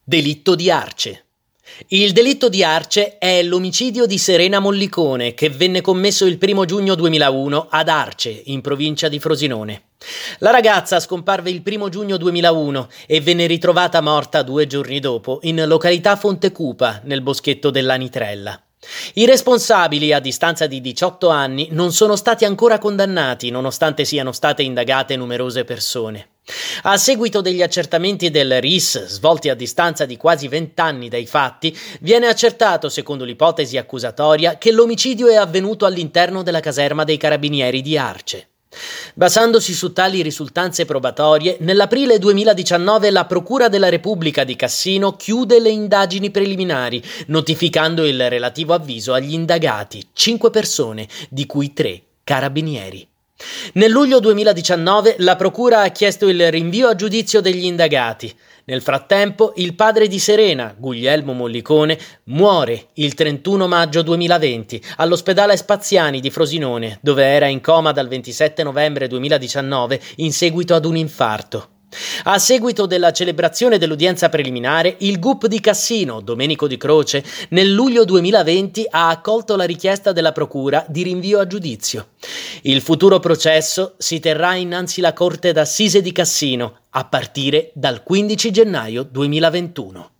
Delitto di Arce. Il delitto di Arce è l'omicidio di Serena Mollicone che venne commesso il 1 giugno 2001 ad Arce, in provincia di Frosinone. La ragazza scomparve il 1 giugno 2001 e venne ritrovata morta 2 giorni dopo in località Fontecupa, nel boschetto della Nitrella. I responsabili, a distanza di 18 anni, non sono stati ancora condannati, nonostante siano state indagate numerose persone. A seguito degli accertamenti del RIS, svolti a distanza di quasi 20 anni dai fatti, viene accertato, secondo l'ipotesi accusatoria, che l'omicidio è avvenuto all'interno della caserma dei Carabinieri di Arce. Basandosi su tali risultanze probatorie, nell'aprile 2019 la Procura della Repubblica di Cassino chiude le indagini preliminari, notificando il relativo avviso agli indagati, 5 persone, di cui 3 carabinieri. Nel luglio 2019 la Procura ha chiesto il rinvio a giudizio degli indagati. Nel frattempo il padre di Serena, Guglielmo Mollicone, muore il 31 maggio 2020 all'ospedale Spaziani di Frosinone, dove era in coma dal 27 novembre 2019 in seguito ad un infarto. A seguito della celebrazione dell'udienza preliminare, il GUP di Cassino, Domenico Di Croce, nel luglio 2020 ha accolto la richiesta della Procura di rinvio a giudizio. Il futuro processo si terrà innanzi la Corte d'Assise di Cassino a partire dal 15 gennaio 2021.